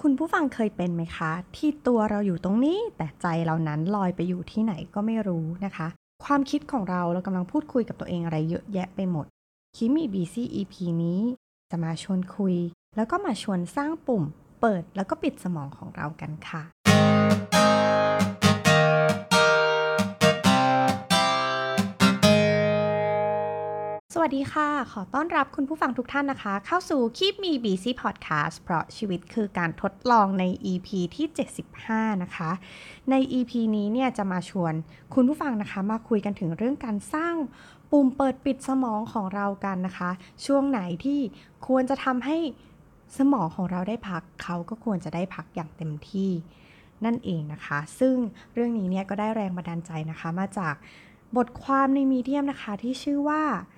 คุณผู้ฟังเคยเป็นไหมคะที่ตัวเราอยู่ตรงนี้แต่ใจเรานั้นลอยไปอยู่ที่ไหนก็ไม่รู้นะคะความคิดของเรากำลังพูดคุยกับตัวเองอะไรเยอะแยะไปหมดคิมิบีซี่ EP นี้จะมาชวนคุยแล้วก็มาชวนสร้างปุ่มเปิดแล้วก็ปิดสมองของเรากันค่ะ สวัสดีค่ะขอต้อนรับคุณผู้ฟังทุกท่านนะคะเข้าสู่ Keep Me Busy Podcast เพราะชีวิตคือการทดลองใน EP ที่75นะคะใน EP นี้เนี่ยจะมาชวนคุณผู้ฟังนะคะมาคุยกันถึงเรื่องการสร้างปุ่มเปิดปิดสมองของเรากันนะคะช่วงไหนที่ควรจะทำให้สมองของเราได้พักเขาก็ควรจะได้พักอย่างเต็มที่นั่นเองนะคะซึ่งเรื่องนี้เนี่ยก็ได้แรงบันดาลใจนะคะมาจากบทความในมีเดียมนะคะที่ชื่อว่า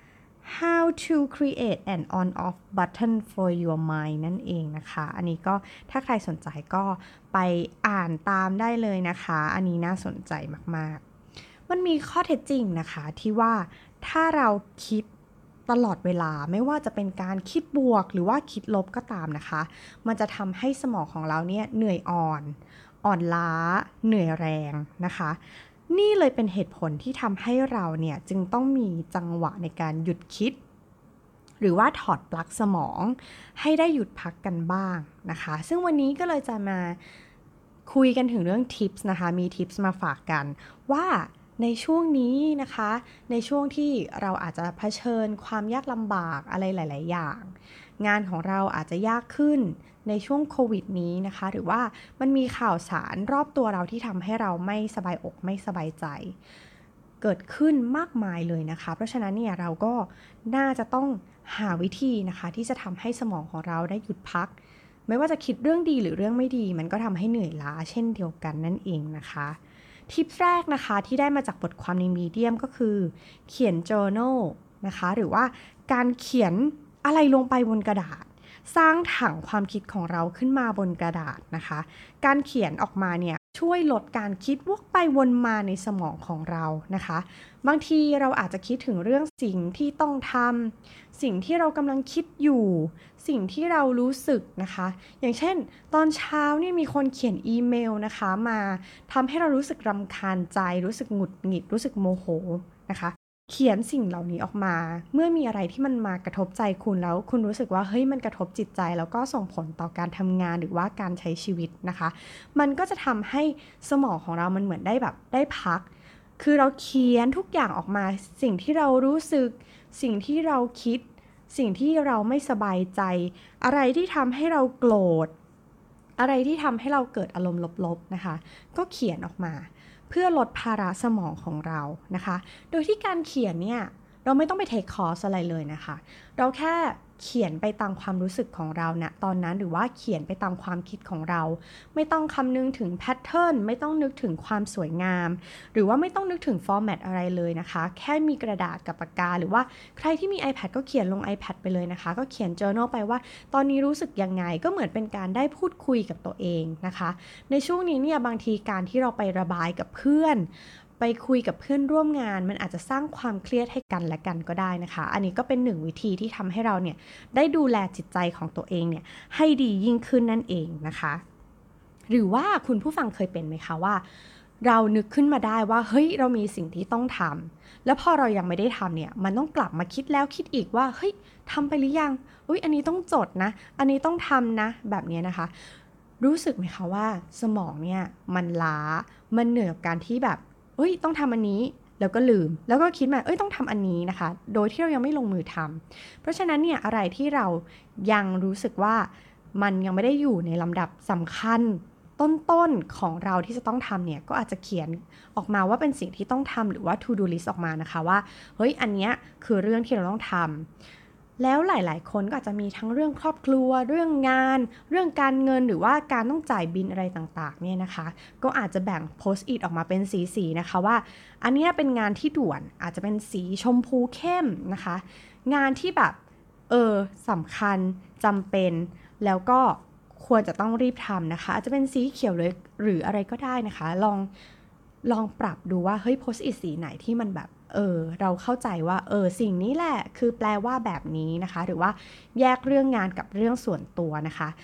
How to create an on-off button for your mind นั่นเองนะคะอันนี้ก็ถ้าใครสนใจก็ไปอ่านตามได้เลยนะคะอันนี้น่าสนใจมากๆมันมีข้อเท็จจริงนะคะที่ว่าถ้าเราคิดตลอดเวลาไม่ว่าจะเป็นการคิดบวกหรือว่าคิดลบก็ตามนะคะมันจะทำให้สมองของเราเนี่ยเหนื่อยอ่อนล้าเหนื่อยแรงนะคะนี่เลยเป็นเหตุผลที่ทำให้เราเนี่ยจึงต้องมีจังหวะในการหยุดคิดหรือว่าถอดปลั๊กสมองให้ได้หยุดพักกันบ้างนะคะซึ่งวันนี้ก็เลยจะมาคุยกันถึงเรื่องทิปส์นะคะมีทิปส์มาฝากกันว่าในช่วงนี้นะคะในช่วงที่เราอาจจะเผชิญความยากลำบากอะไรหลายๆอย่างงานของเราอาจจะยากขึ้นในช่วงโควิดนี้นะคะหรือว่ามันมีข่าวสารรอบตัวเราที่ทำให้เราไม่สบายอกไม่สบายใจเกิดขึ้นมากมายเลยนะคะเพราะฉะนั้นเนี่ยเราก็น่าจะต้องหาวิธีนะคะที่จะทำให้สมองของเราได้หยุดพักไม่ว่าจะคิดเรื่องดีหรือเรื่องไม่ดีมันก็ทำให้เหนื่อยล้าเช่นเดียวกันนั่นเองนะคะทิปแรกนะคะที่ได้มาจากบทความในมีเดียมก็คือเขียน journal นะคะหรือว่าการเขียนอะไรลงไปบนกระดาษสร้างถังความคิดของเราขึ้นมาบนกระดาษนะคะการเขียนออกมาเนี่ยช่วยลดการคิดวกไปวนมาในสมองของเรานะคะบางทีเราอาจจะคิดถึงเรื่องสิ่งที่ต้องทำสิ่งที่เรากำลังคิดอยู่สิ่งที่เรารู้สึกนะคะอย่างเช่นตอนเช้าเนี่ยมีคนเขียนอีเมลนะคะมาทำให้เรารู้สึกรำคาญใจรู้สึกหงุดหงิดรู้สึกโมโหนะคะเขียนสิ่งเหล่านี้ออกมาเมื่อมีอะไรที่มันมากระทบใจคุณแล้วคุณรู้สึกว่าเฮ้ยมันกระทบจิตใจแล้วก็ส่งผลต่อการทำงานหรือว่าการใช้ชีวิตนะคะมันก็จะทำให้สมองของเรามันเหมือนได้แบบได้พักคือเราเขียนทุกอย่างออกมาสิ่งที่เรารู้สึกสิ่งที่เราคิดสิ่งที่เราไม่สบายใจอะไรที่ทำให้เราโกรธอะไรที่ทำให้เราเกิดอารมณ์ลบๆนะคะก็เขียนออกมาเพื่อลดภาระสมองของเรานะคะโดยที่การเขียนเนี่ยเราไม่ต้องไปเทคคอร์สอะไรเลยนะคะเราแค่เขียนไปตามความรู้สึกของเราณตอนนั้นหรือว่าเขียนไปตามความคิดของเราไม่ต้องคำนึงถึงแพทเทิร์นไม่ต้องนึกถึงความสวยงามหรือว่าไม่ต้องนึกถึงฟอร์แมตอะไรเลยนะคะแค่มีกระดาษกับปากกาหรือว่าใครที่มี iPad ก็เขียนลง iPad ไปเลยนะคะก็เขียน journal ไปว่าตอนนี้รู้สึกยังไงก็เหมือนเป็นการได้พูดคุยกับตัวเองนะคะในช่วงนี้เนี่ยบางทีการที่เราไประบายกับเพื่อนไปคุยกับเพื่อนร่วมงานมันอาจจะสร้างความเครียดให้กันและกันก็ได้นะคะอันนี้ก็เป็นหนึ่งวิธีที่ทำให้เราเนี่ยได้ดูแลจิตใจของตัวเองเนี่ยให้ดียิ่งขึ้นนั่นเองนะคะหรือว่าคุณผู้ฟังเคยเป็นไหมคะว่าเรานึกขึ้นมาได้ว่าเฮ้ยเรามีสิ่งที่ต้องทำแล้วพอเรายังไม่ได้ทำเนี่ยมันต้องกลับมาคิดแล้วคิดอีกว่าเฮ้ยทำไปหรือยังอุ๊ยอันนี้ต้องจดนะอันนี้ต้องทำนะแบบนี้นะคะรู้สึกไหมคะว่าสมองเนี่ยมันล้ามันเหนื่อยกับการที่แบบเอ้ยต้องทำอันนี้แล้วก็ลืมแล้วก็คิดมาเอ้ยต้องทำอันนี้นะคะโดยที่เรายังไม่ลงมือทำเพราะฉะนั้นเนี่ยอะไรที่เรายังรู้สึกว่ามันยังไม่ได้อยู่ในลำดับสำคัญต้นๆของเราที่จะต้องทำเนี่ยก็อาจจะเขียนออกมาว่าเป็นสิ่งที่ต้องทำหรือว่า to do list ออกมานะคะว่าเฮ้ยอันเนี้ยคือเรื่องที่เราต้องทำแล้วหลายๆคนก็อาจจะมีทั้งเรื่องครอบครัวเรื่องงานเรื่องการเงินหรือว่าการต้องจ่ายบิลอะไรต่างๆเนี่ยนะคะก็อาจจะแบ่ง post-it ออกมาเป็นสีๆนะคะว่าอันนี้เป็นงานที่ด่วนอาจจะเป็นสีชมพูเข้มนะคะงานที่แบบสำคัญจำเป็นแล้วก็ควรจะต้องรีบทำนะคะอาจจะเป็นสีเขียวเลยหรืออะไรก็ได้นะคะลองปรับดูว่าเฮ้ย post-it สีไหนที่มันแบบเราเข้าใจว่าสิ่งนี้แหละคือแปลว่าแบบนี้นะคะหรือว่าแยกเรื่องงานกับเรื่องส่วนตัวนะคะ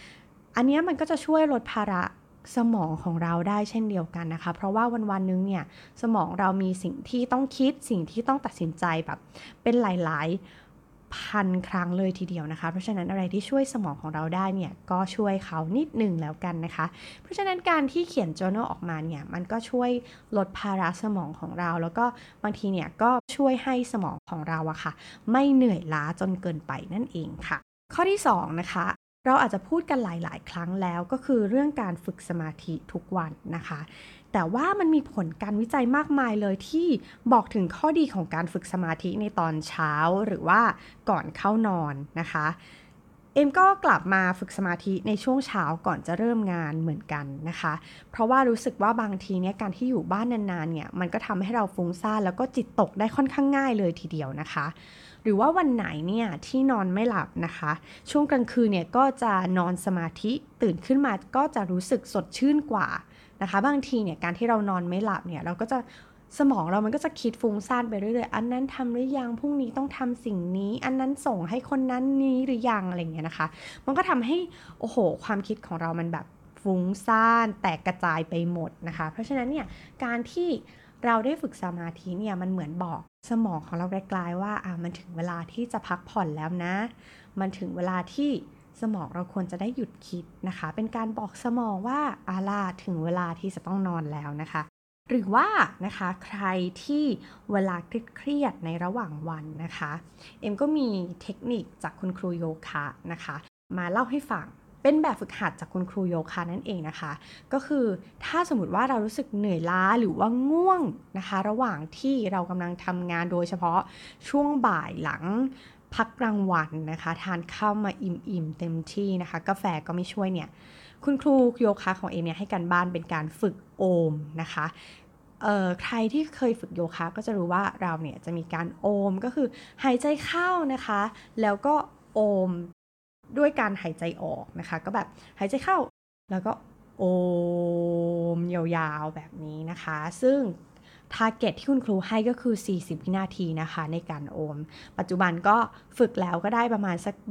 อันนี้มันก็จะช่วยลดภาระสมองของเราได้เช่นเดียวกันนะคะเพราะว่าวันๆนึงเนี่ยสมองเรามีสิ่งที่ต้องคิดสิ่งที่ต้องตัดสินใจแบบเป็นหลายๆพันครั้งเลยทีเดียวนะคะเพราะฉะนั้นอะไรที่ช่วยสมองของเราได้เนี่ยก็ช่วยเขานิดหนึ่งแล้วกันนะคะเพราะฉะนั้นการที่เขียน journal ออกมาเนี่ยมันก็ช่วยลดภาระสมองของเราแล้วก็บางทีเนี่ยก็ช่วยให้สมองของเราอะค่ะไม่เหนื่อยล้าจนเกินไปนั่นเองค่ะข้อที่2นะคะเราอาจจะพูดกันหลายๆครั้งแล้วก็คือเรื่องการฝึกสมาธิทุกวันนะคะแต่ว่ามันมีผลการวิจัยมากมายเลยที่บอกถึงข้อดีของการฝึกสมาธิในตอนเช้าหรือว่าก่อนเข้านอนนะคะเอ็มก็กลับมาฝึกสมาธิในช่วงเช้าก่อนจะเริ่มงานเหมือนกันนะคะเพราะว่ารู้สึกว่าบางทีเนี่ยการที่อยู่บ้านนานๆเนี่ยมันก็ทำให้เราฟุ้งซ่านแล้วก็จิตตกได้ค่อนข้างง่ายเลยทีเดียวนะคะหรือว่าวันไหนเนี่ยที่นอนไม่หลับนะคะช่วงกลางคืนเนี่ยก็จะนอนสมาธิตื่นขึ้นมาก็จะรู้สึกสดชื่นกว่านะคะบางทีเนี่ยการที่เรานอนไม่หลับเนี่ยเราก็จะสมองเรามันก็จะคิดฟุ้งซ่านไปเรื่อยๆอันนั้นทำหรือยังพรุ่งนี้ต้องทำสิ่งนี้อันนั้นส่งให้คนนั้นนี้หรือยังอะไรอย่างเงี้ยนะคะมันก็ทำให้โอ้โหความคิดของเรามันแบบฟุ้งซ่านแตกกระจายไปหมดนะคะเพราะฉะนั้นเนี่ยการที่เราได้ฝึกสมาธิเนี่ยมันเหมือนบอกสมองของเราไกลๆว่ามันถึงเวลาที่จะพักผ่อนแล้วนะมันถึงเวลาที่สมองเราควรจะได้หยุดคิดนะคะเป็นการบอกสมองว่าล่ะถึงเวลาที่จะต้องนอนแล้วนะคะหรือว่านะคะใครที่เวลาเครียดในระหว่างวันนะคะเอ็มก็มีเทคนิคจากคุณครูโยคะนะคะมาเล่าให้ฟังเป็นแบบฝึกหัดจากคุณครูโยคะนั่นเองนะคะก็คือถ้าสมมติว่าเรารู้สึกเหนื่อยล้าหรือว่าง่วงนะคะระหว่างที่เรากำลังทำงานโดยเฉพาะช่วงบ่ายหลังพักกลางวันนะคะทานข้าวมาอิ่มๆเต็มที่นะคะกาแฟก็ไม่ช่วยเนี่ยคุณครูโยคะของเอมเนี่ยให้การบ้านเป็นการฝึกโอมนะคะใครที่เคยฝึกโยคะก็จะรู้ว่าเราเนี่ยจะมีการโอมก็คือหายใจเข้านะคะแล้วก็โอมด้วยการหายใจออกนะคะก็แบบหายใจเข้าแล้วก็โอมยาวๆแบบนี้นะคะซึ่งทาร์เก็ตที่คุณครูให้ก็คือ40วินาทีนะคะในการโอมปัจจุบันก็ฝึกแล้วก็ได้ประมาณสัก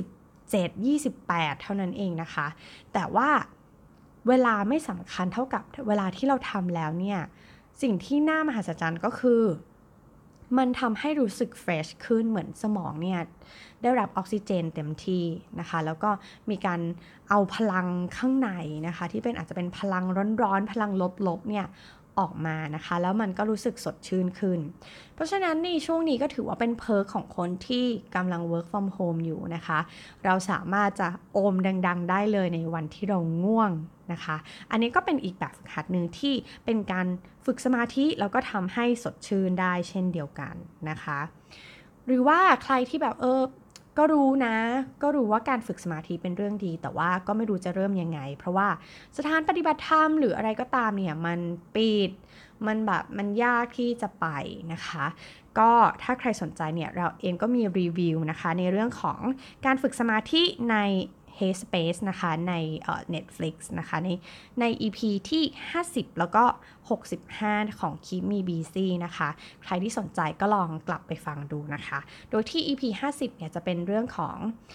27-28เท่านั้นเองนะคะแต่ว่าเวลาไม่สำคัญเท่ากับเวลาที่เราทำแล้วเนี่ยสิ่งที่น่ามหัศจรรย์ก็คือมันทำให้รู้สึกเฟรชขึ้นเหมือนสมองเนี่ยได้รับออกซิเจนเต็มที่นะคะแล้วก็มีการเอาพลังข้างในนะคะที่เป็นอาจจะเป็นพลังร้อนๆพลังลบๆเนี่ยออกมานะคะแล้วมันก็รู้สึกสดชื่นขึ้นเพราะฉะนั้นในช่วงนี้ก็ถือว่าเป็นเพิร์คของคนที่กำลัง work from home อยู่นะคะเราสามารถจะโอมดังๆได้เลยในวันที่เราง่วงนะคะอันนี้ก็เป็นอีกแบบฝึกหัดหนึ่งที่เป็นการฝึกสมาธิแล้วก็ทำให้สดชื่นได้เช่นเดียวกันนะคะหรือว่าใครที่แบบก็รู้นะก็รู้ว่าการฝึกสมาธิเป็นเรื่องดีแต่ว่าก็ไม่รู้จะเริ่มยังไงเพราะว่าสถานปฏิบัติธรรมหรืออะไรก็ตามเนี่ยมันปิดมันยากที่จะไปนะคะก็ถ้าใครสนใจเนี่ยเราเองก็มีรีวิวนะคะในเรื่องของการฝึกสมาธิใน Headspace นะคะในNetflix นะคะใน EP ที่50แล้วก็65ของ Keep Me Busy นะคะใครที่สนใจก็ลองกลับไปฟังดูนะคะโดยที่ EP 50เนี่ยจะเป็นเรื่องของ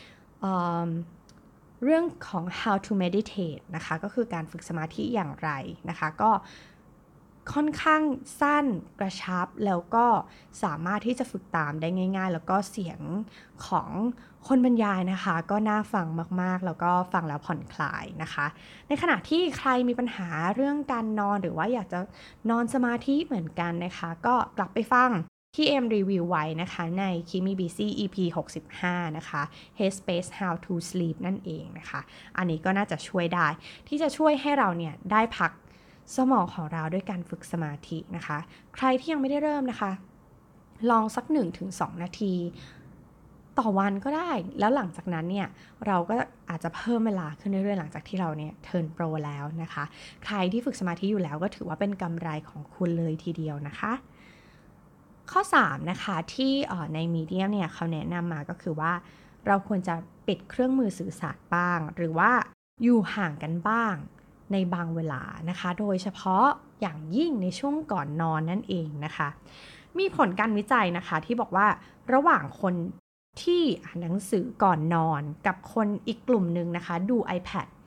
how to meditate นะคะก็คือการฝึกสมาธิอย่างไรนะคะก็ค่อนข้างสั้นกระชับแล้วก็สามารถที่จะฝึกตามได้ง่ายๆแล้วก็เสียงของคนบรรยายนะคะก็น่าฟังมากๆแล้วก็ฟังแล้วผ่อนคลายนะคะในขณะที่ใครมีปัญหาเรื่องการนอนหรือว่าอยากจะนอนสมาธิเหมือนกันนะคะก็กลับไปฟังที่เอ็มรีวิวไว้นะคะใน Keep Me Busy EP 65นะคะ Headspace How to Sleep นั่นเองนะคะอันนี้ก็น่าจะช่วยได้ที่จะช่วยให้เราเนี่ยได้พักสมองของเราด้วยการฝึกสมาธินะคะใครที่ยังไม่ได้เริ่มนะคะลองสัก 1-2 นาทีต่อวันก็ได้แล้วหลังจากนั้นเนี่ยเราก็อาจจะเพิ่มเวลาขึ้นเรื่อยๆหลังจากที่เราเนี่ยเทิร์นโปรแล้วนะคะใครที่ฝึกสมาธิอยู่แล้วก็ถือว่าเป็นกำไรของคุณเลยทีเดียวนะคะข้อ3นะคะที่ในมีเดียเนี่ยเขาแนะนำมาก็คือว่าเราควรจะปิดเครื่องมือสื่อสารบ้างหรือว่าอยู่ห่างกันบ้างในบางเวลานะคะโดยเฉพาะอย่างยิ่งในช่วงก่อนนอนนั่นเองนะคะมีผลการวิจัยนะคะที่บอกว่าระหว่างคนที่อ่านหนังสือก่อนนอนกับคนอีกกลุ่มหนึ่งนะคะดู iPad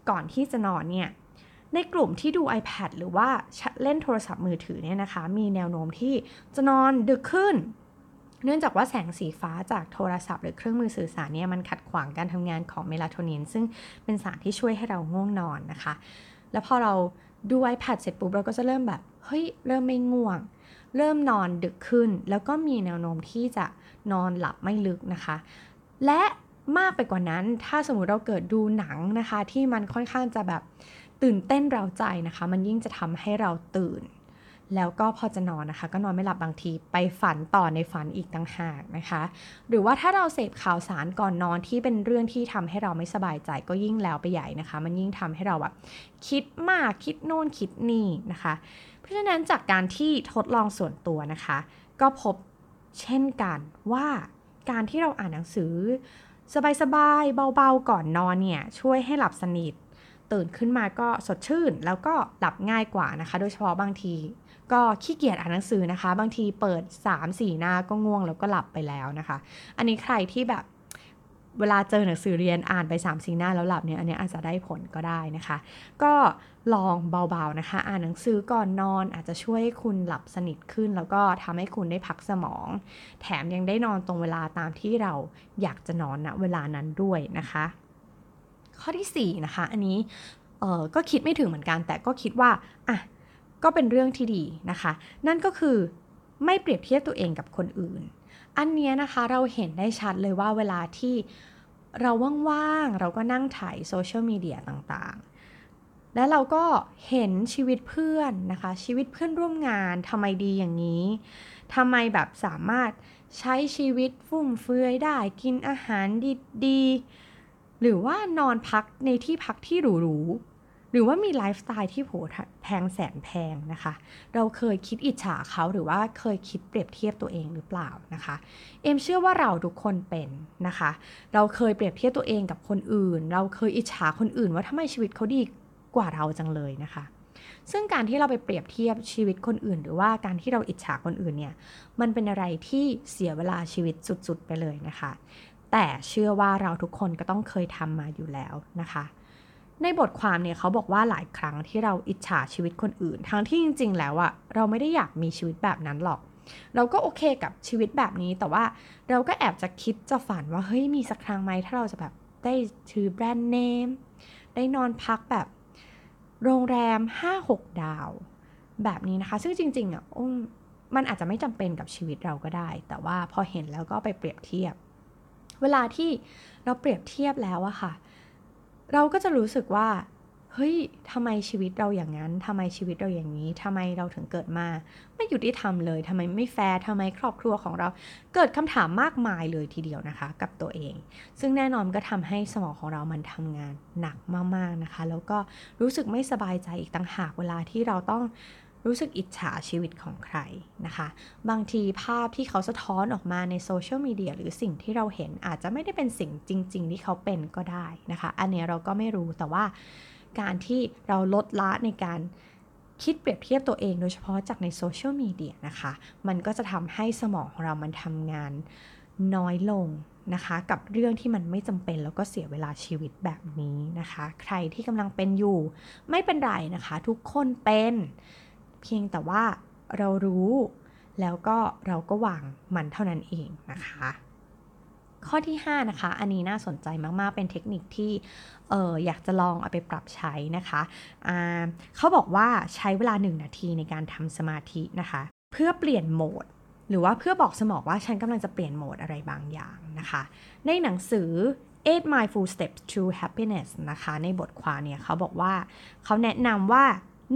ก่อนที่จะนอนเนี่ยในกลุ่มที่ดู iPad หรือว่าเล่นโทรศัพท์มือถือเนี่ยนะคะมีแนวโน้มที่จะนอนดึกขึ้นเนื่องจากว่าแสงสีฟ้าจากโทรศัพท์หรือเครื่องมือสื่อสารเนี่ยมันขัดขวางการทำงานของเมลาโทนินซึ่งเป็นสารที่ช่วยให้เราง่วงนอนนะคะแล้วพอเราดู iPad เสร็จปุ๊บเราก็จะเริ่มแบบเฮ้ยเริ่มไม่ง่วงเริ่มนอนดึกขึ้นแล้วก็มีแนวโน้มที่จะนอนหลับไม่ลึกนะคะและมากไปกว่านั้นถ้าสมมุติเราเกิดดูหนังนะคะที่มันค่อนข้างจะแบบตื่นเต้นเร้าใจนะคะมันยิ่งจะทำให้เราตื่นแล้วก็พอจะนอนนะคะก็นอนไม่หลับบางทีไปฝันต่อในฝันอีกต่างหากนะคะหรือว่าถ้าเราเสพข่าวสารก่อนนอนที่เป็นเรื่องที่ทำให้เราไม่สบายใจก็ยิ่งแล้วไปใหญ่นะคะมันยิ่งทำให้เราแบบคิดมากคิดโน่นคิดนี่นะคะเพราะฉะนั้นจากการที่ทดลองส่วนตัวนะคะก็พบเช่นกันว่าการที่เราอ่านหนังสือสบายๆเบาๆก่อนนอนเนี่ยช่วยให้หลับสนิทตื่นขึ้นมาก็สดชื่นแล้วก็หลับง่ายกว่านะคะโดยเฉพาะบางทีก็ขี้เกียจอ่านหนังสือนะคะบางทีเปิด 3-4 หน้าก็ง่วงแล้วก็หลับไปแล้วนะคะอันนี้ใครที่แบบเวลาเจอหนังสือเรียนอ่านไป 3-4 หน้าแล้วหลับเนี่ยอันนี้อาจจะได้ผลก็ได้นะคะก็ลองเบาๆนะคะอ่านหนังสือก่อนนอนอาจจะช่วยให้คุณหลับสนิทขึ้นแล้วก็ทำให้คุณได้พักสมองแถมยังได้นอนตรงเวลาตามที่เราอยากจะนอนณเวลานั้นด้วยนะคะข้อที่4นะคะอันนี้ก็คิดไม่ถึงเหมือนกันแต่ก็คิดว่าอ่ะก็เป็นเรื่องที่ดีนะคะนั่นก็คือไม่เปรียบเทียบตัวเองกับคนอื่นอันนี้นะคะเราเห็นได้ชัดเลยว่าเวลาที่เราว่างๆเราก็นั่งถ่ายโซเชียลมีเดียต่างๆแล้วเราก็เห็นชีวิตเพื่อนนะคะชีวิตเพื่อนร่วมงานทำไมดีอย่างนี้ทำไมแบบสามารถใช้ชีวิตฟุ่มเฟือยได้กินอาหารดีๆหรือว่านอนพักในที่พักที่หรูๆหรือว่ามีไลฟ์สไตล์ที่โหแพงแสนแพงนะคะเราเคยคิดอิจฉาเขาหรือว่าเคยคิดเปรียบเทียบตัวเองหรือเปล่านะคะเอมเชื่อว่าเราทุกคนเป็นนะคะเราเคยเปรียบเทียบตัวเองกับคนอื่นเราเคยอิจฉาคนอื่นว่าทำไมชีวิตเขาดีกว่าเราจังเลยนะคะซึ่งการที่เราไปเปรียบเทียบชีวิตคนอื่นหรือว่าการที่เราอิจฉาคนอื่นเนี่ยมันเป็นอะไรที่เสียเวลาชีวิตสุดๆไปเลยนะคะแต่เชื่อว่าเราทุกคนก็ต้องเคยทำมาอยู่แล้วนะคะในบทความเนี่ยเขาบอกว่าหลายครั้งที่เราอิจฉาชีวิตคนอื่นทั้งที่จริงๆแล้วอะเราไม่ได้อยากมีชีวิตแบบนั้นหรอกเราก็โอเคกับชีวิตแบบนี้แต่ว่าเราก็แอบจะคิดจะฝันว่าเฮ้ยมีสักครั้งไหมถ้าเราจะแบบได้ถือแบรนด์เนมได้นอนพักแบบโรงแรม 5-6 ดาวแบบนี้นะคะซึ่งจริงๆอ่ะมันอาจจะไม่จำเป็นกับชีวิตเราก็ได้แต่ว่าพอเห็นแล้วก็ไปเปรียบเทียบเวลาที่เราเปรียบเทียบแล้วอะค่ะเราก็จะรู้สึกว่าเฮ้ยทำไมชีวิตเราอย่างนั้นทำไมชีวิตเราอย่างนี้ทำไมเราถึงเกิดมาไม่ยุติธรรมเลยทำไมไม่แฟร์ทำไมครอบครัวของเราเกิดคำถามมากมายเลยทีเดียวนะคะกับตัวเองซึ่งแน่นอนก็ทำให้สมองของเรามันทำงานหนักมากๆนะคะแล้วก็รู้สึกไม่สบายใจอีกต่างหากเวลาที่เราต้องรู้สึกอิจฉาชีวิตของใครนะคะบางทีภาพที่เขาสะท้อนออกมาในโซเชียลมีเดียหรือสิ่งที่เราเห็นอาจจะไม่ได้เป็นสิ่งจริงๆที่เขาเป็นก็ได้นะคะอันนี้เราก็ไม่รู้แต่ว่าการที่เราลดละในการคิดเปรียบเทียบตัวเองโดยเฉพาะจากในโซเชียลมีเดียนะคะมันก็จะทำให้สมองของเรามันทำงานน้อยลงนะคะกับเรื่องที่มันไม่จำเป็นแล้วก็เสียเวลาชีวิตแบบนี้นะคะใครที่กำลังเป็นอยู่ไม่เป็นไรนะคะทุกคนเป็นเพียงแต่ว่าเรารู้แล้วก็เราก็วางมันเท่านั้นเองนะคะข้อที่5นะคะอันนี้น่าสนใจมากๆเป็นเทคนิคที่อยากจะลองเอาไปปรับใช้นะคะเขาบอกว่าใช้เวลา1นาทีในการทำสมาธินะคะเพื่อเปลี่ยนโหมดหรือว่าเพื่อบอกสมองว่าฉันกำลังจะเปลี่ยนโหมดอะไรบางอย่างนะคะในหนังสือ 8 Mindful Steps to Happiness นะคะในบทความเนี่ยเขาบอกว่าเขาแนะนำว่า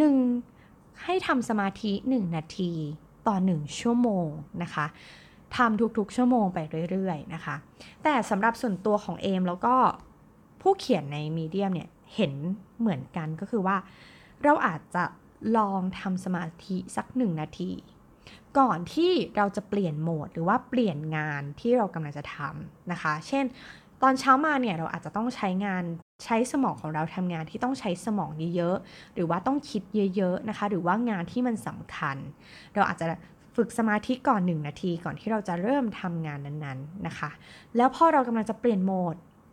1ให้ทำสมาธิ1นาทีต่อ1ชั่วโมงนะคะทำทุกๆชั่วโมงไปเรื่อยๆนะคะแต่สำหรับส่วนตัวของเอมแล้วก็ผู้เขียนในมีเดียมเนี่ยเห็นเหมือนกันก็คือว่าเราอาจจะลองทำสมาธิสัก1นาทีก่อนที่เราจะเปลี่ยนโหมดหรือว่าเปลี่ยนงานที่เรากำลังจะทำนะคะเช่นตอนเช้ามาเนี่ยเราอาจจะต้องใช้สมองของเราทำงานที่ต้องใช้สมองเยอะๆหรือว่าต้องคิดเยอะๆนะคะหรือว่างานที่มันสำคัญเราอาจจะฝึกสมาธิก่อน1นาทีก่อนที่เราจะเริ่มทำงานนั้นๆนะคะแล้วพอเรากำลังจะเปลี่ยนโหมด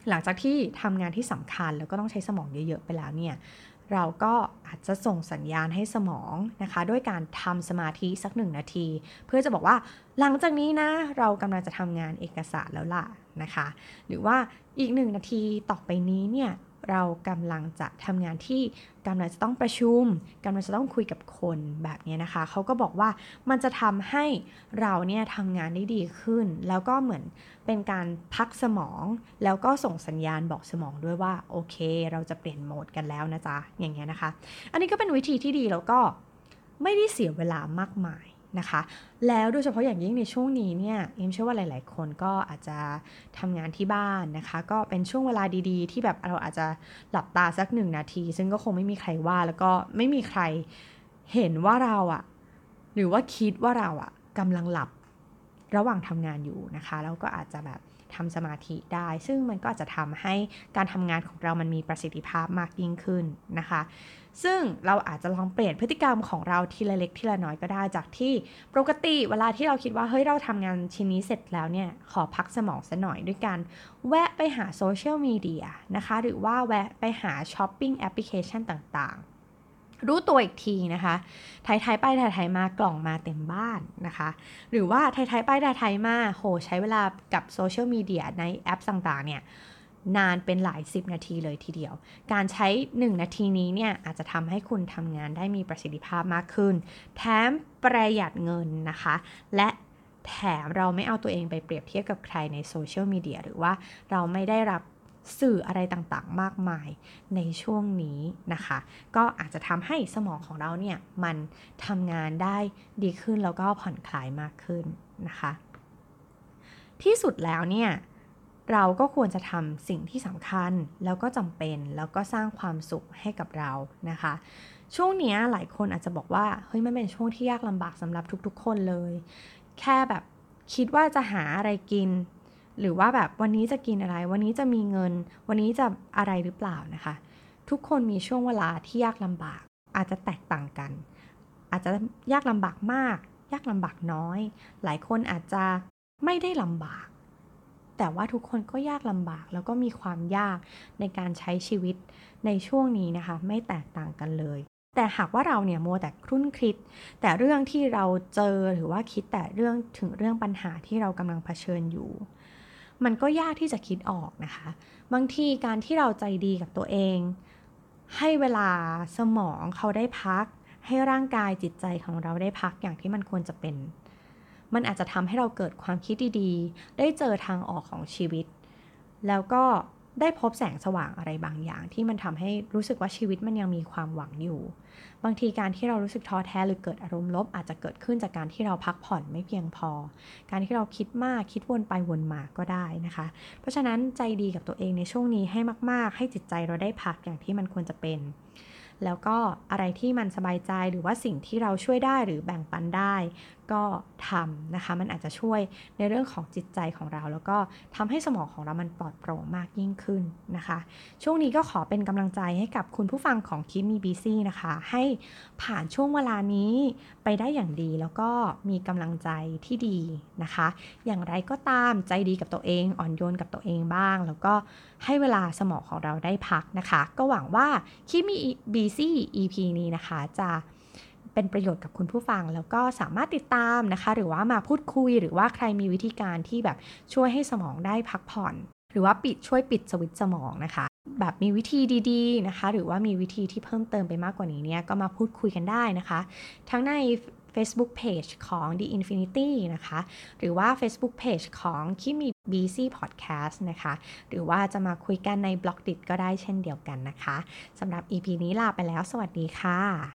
หลังจากที่ทำงานที่สำคัญแล้วก็ต้องใช้สมองเยอะๆไปแล้วเนี่ยเราก็อาจจะส่งสัญญาณให้สมองนะคะด้วยการทำสมาธิสัก1 นาทีเพื่อจะบอกว่าหลังจากนี้นะเรากำลังจะทำงานเอกสารแล้วล่ะนะคะหรือว่าอีก1 นาทีต่อไปนี้เนี่ยเรากำลังจะทำงานที่กำลังจะต้องประชุมกำลังจะต้องคุยกับคนแบบนี้นะคะเขาก็บอกว่ามันจะทำให้เราเนี่ยทำงานได้ดีขึ้นแล้วก็เหมือนเป็นการพักสมองแล้วก็ส่งสัญญาณบอกสมองด้วยว่าโอเคเราจะเปลี่ยนโหมดกันแล้วนะจ๊ะอย่างเงี้ยนะคะอันนี้ก็เป็นวิธีที่ดีแล้วก็ไม่ได้เสียเวลามากมายนะคะแล้วโดยเฉพาะอย่างยิ่งในช่วงนี้เนี่ยเอ็มเชื่อว่าหลายๆคนก็อาจจะทำงานที่บ้านนะคะก็เป็นช่วงเวลาดีๆที่แบบเราอาจจะหลับตาสัก1 นาทีซึ่งก็คงไม่มีใครว่าแล้วก็ไม่มีใครเห็นว่าเราอะหรือว่าคิดว่าเราอะกำลังหลับระหว่างทำงานอยู่นะคะแล้วก็อาจจะแบบทำสมาธิได้ซึ่งมันก็อาจจะทำให้การทำงานของเรามันมีประสิทธิภาพมากยิ่งขึ้นนะคะซึ่งเราอาจจะลองเปลี่ยนพฤติกรรมของเราทีละเล็กทีละน้อยก็ได้จากที่ปกติเวลาที่เราคิดว่าเฮ้ยเราทำงานชิ้นนี้เสร็จแล้วเนี่ยขอพักสมองซะหน่อยด้วยการแวะไปหาโซเชียลมีเดียนะคะหรือว่าแวะไปหาช้อปปิ้งแอปพลิเคชันต่างๆรู้ตัวอีกทีนะคะไทยไปไทยมากล่องมาเต็มบ้านนะคะหรือว่าไทยไปไทยมาโหใช้เวลากับโซเชียลมีเดียในแอปต่างๆเนี่ยนานเป็นหลาย10 นาทีเลยทีเดียวการใช้1 นาทีนี้เนี่ยอาจจะทำให้คุณทำงานได้มีประสิทธิภาพมากขึ้นแถมประหยัดเงินนะคะและแถมเราไม่เอาตัวเองไปเปรียบเทียบกับใครในโซเชียลมีเดียหรือว่าเราไม่ได้รับสื่ออะไรต่างๆมากมายในช่วงนี้นะคะก็อาจจะทำให้สมองของเราเนี่ยมันทำงานได้ดีขึ้นแล้วก็ผ่อนคลายมากขึ้นนะคะที่สุดแล้วเนี่ยเราก็ควรจะทำสิ่งที่สำคัญแล้วก็จำเป็นแล้วก็สร้างความสุขให้กับเรานะคะช่วงนี้หลายคนอาจจะบอกว่าเฮ้ยมันเป็นช่วงที่ยากลำบากสำหรับทุกๆคนเลยแค่แบบคิดว่าจะหาอะไรกินหรือว่าแบบวันนี้จะกินอะไรวันนี้จะมีเงินวันนี้จะอะไรหรือเปล่านะคะทุกคนมีช่วงเวลาที่ยากลำบากอาจจะแตกต่างกันอาจจะยากลำบากมากยากลำบากน้อยหลายคนอาจจะไม่ได้ลำบากแต่ว่าทุกคนก็ยากลำบากแล้วก็มีความยากในการใช้ชีวิตในช่วงนี้นะคะไม่แตกต่างกันเลยแต่หากว่าเราเนี่ยมัวแต่ครุ่นคิดแต่เรื่องที่เราเจอหรือว่าคิดแต่เรื่องถึงเรื่องปัญหาที่เรากำลังเผชิญอยู่มันก็ยากที่จะคิดออกนะคะบางทีการที่เราใจดีกับตัวเองให้เวลาสมองเขาได้พักให้ร่างกายจิตใจของเราได้พักอย่างที่มันควรจะเป็นมันอาจจะทำให้เราเกิดความคิดดีๆได้เจอทางออกของชีวิตแล้วก็ได้พบแสงสว่างอะไรบางอย่างที่มันทำให้รู้สึกว่าชีวิตมันยังมีความหวังอยู่บางทีการที่เรารู้สึกท้อแท้หรือเกิดอารมณ์ลบอาจจะเกิดขึ้นจากการที่เราพักผ่อนไม่เพียงพอการที่เราคิดมากคิดวนไปวนมาก็ได้นะคะเพราะฉะนั้นใจดีกับตัวเองในช่วงนี้ให้มากๆให้จิตใจเราได้พักอย่างที่มันควรจะเป็นแล้วก็อะไรที่มันสบายใจหรือว่าสิ่งที่เราช่วยได้หรือแบ่งปันได้ก็ทำนะคะมันอาจจะช่วยในเรื่องของจิตใจของเราแล้วก็ทำให้สมองของเรามันปลอดโปร่งมากยิ่งขึ้นนะคะช่วงนี้ก็ขอเป็นกำลังใจให้กับคุณผู้ฟังของคิดมีบีซี่นะคะให้ผ่านช่วงเวลานี้ไปได้อย่างดีแล้วก็มีกำลังใจที่ดีนะคะอย่างไรก็ตามใจดีกับตัวเองอ่อนโยนกับตัวเองบ้างแล้วก็ให้เวลาสมองของเราได้พักนะคะก็หวังว่าคิดมีบีซี่ EP นี้นะคะจะเป็นประโยชน์กับคุณผู้ฟังแล้วก็สามารถติดตามนะคะหรือว่ามาพูดคุยหรือว่าใครมีวิธีการที่แบบช่วยให้สมองได้พักผ่อนหรือว่าช่วยปิดสวิตช์สมองนะคะแบบมีวิธีดีๆนะคะหรือว่ามีวิธีที่เพิ่มเติมไปมากกว่านี้เนี่ยก็มาพูดคุยกันได้นะคะทั้งใน Facebook Page ของ The Infinity นะคะหรือว่า Facebook Page ของคิมี BC Podcast นะคะหรือว่าจะมาคุยกันใน Blogdit ก็ได้เช่นเดียวกันนะคะสำหรับ EP นี้ลาไปแล้วสวัสดีค่ะ